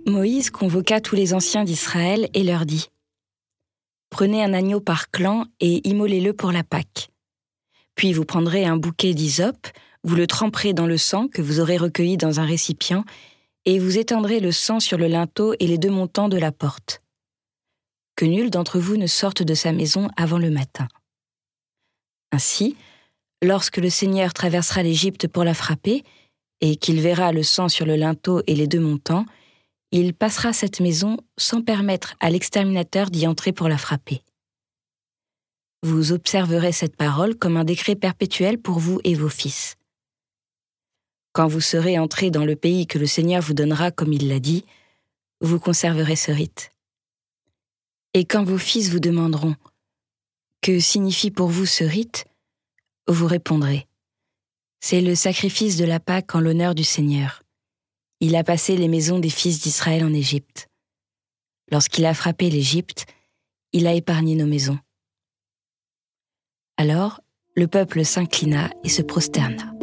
Moïse convoqua tous les anciens d'Israël et leur dit : « Prenez un agneau par clan et immolez-le pour la Pâque. Puis vous prendrez un bouquet d'hysope, vous le tremperez dans le sang que vous aurez recueilli dans un récipient, et vous étendrez le sang sur le linteau et les 2 montants de la porte. Que nul d'entre vous ne sorte de sa maison avant le matin. Ainsi, lorsque le Seigneur traversera l'Égypte pour la frapper, et qu'il verra le sang sur le linteau et les 2 montants, il passera cette maison sans permettre à l'exterminateur d'y entrer pour la frapper. Vous observerez cette parole comme un décret perpétuel pour vous et vos fils. Quand vous serez entrés dans le pays que le Seigneur vous donnera comme il l'a dit, vous conserverez ce rite. Et quand vos fils vous demanderont « Que signifie pour vous ce rite ?» vous répondrez « C'est le sacrifice de la Pâque en l'honneur du Seigneur. Il a passé les maisons des fils d'Israël en Égypte. Lorsqu'il a frappé l'Égypte, il a épargné nos maisons. » Alors, le peuple s'inclina et se prosterna.